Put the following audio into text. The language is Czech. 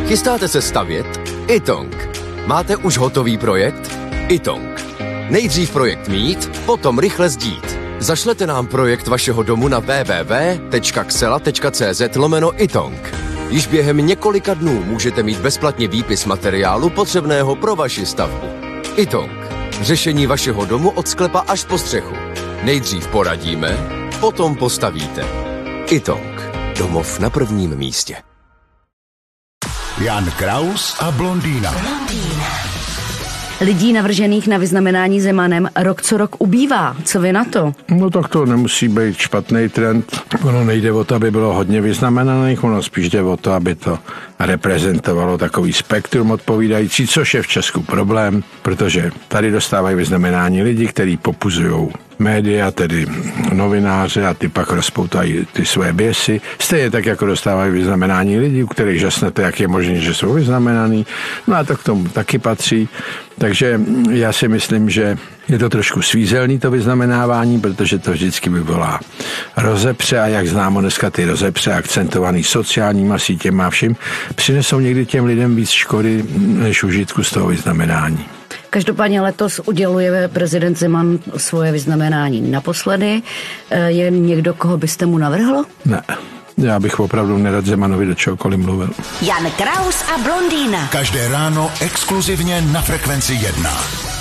Chystáte se stavět? iTong. Máte už hotový projekt? iTong. Nejdřív projekt mít, potom rychle sdít. Zašlete nám projekt vašeho domu na www.xela.cz/iTong. Již během několika dnů můžete mít bezplatně výpis materiálu potřebného pro vaši stavbu. iTong. Řešení vašeho domu od sklepa až po střechu. Nejdřív poradíme, potom postavíte. iTong. Domov na prvním místě. Jan Kraus a blondýna. Lidí navržených na vyznamenání Zemanem rok co rok ubývá. Co vy na to? No tak to nemusí být špatný trend. Ono nejde o to, aby bylo hodně vyznamenaných, ono spíš jde o to, aby to reprezentovalo takový spektrum odpovídající, což je v Česku problém, protože tady dostávají vyznamenání lidi, kteří popuzují média, tedy novináře, a ty pak rozpoutají ty své běsy. Stejně tak, jako dostávají vyznamenání lidí, u kterých žasnete, jak je možné, že jsou vyznamenaný. No a to k tomu taky patří. Takže já si myslím, že je to trošku svízelný to vyznamenávání, protože to vždycky vyvolá rozepře, a jak známo dneska ty rozepře akcentovaný sociálníma sítěma a vším, přinesou někdy těm lidem víc škody než užitku z toho vyznamenání. Každopádně letos uděluje prezident Zeman svoje vyznamenání naposledy. Je někdo, koho byste mu navrhlo? Ne, já bych opravdu nerad Zemanovi do čehokoliv mluvil. Jan Kraus a blondýna. Každé ráno exkluzivně na Frekvenci 1.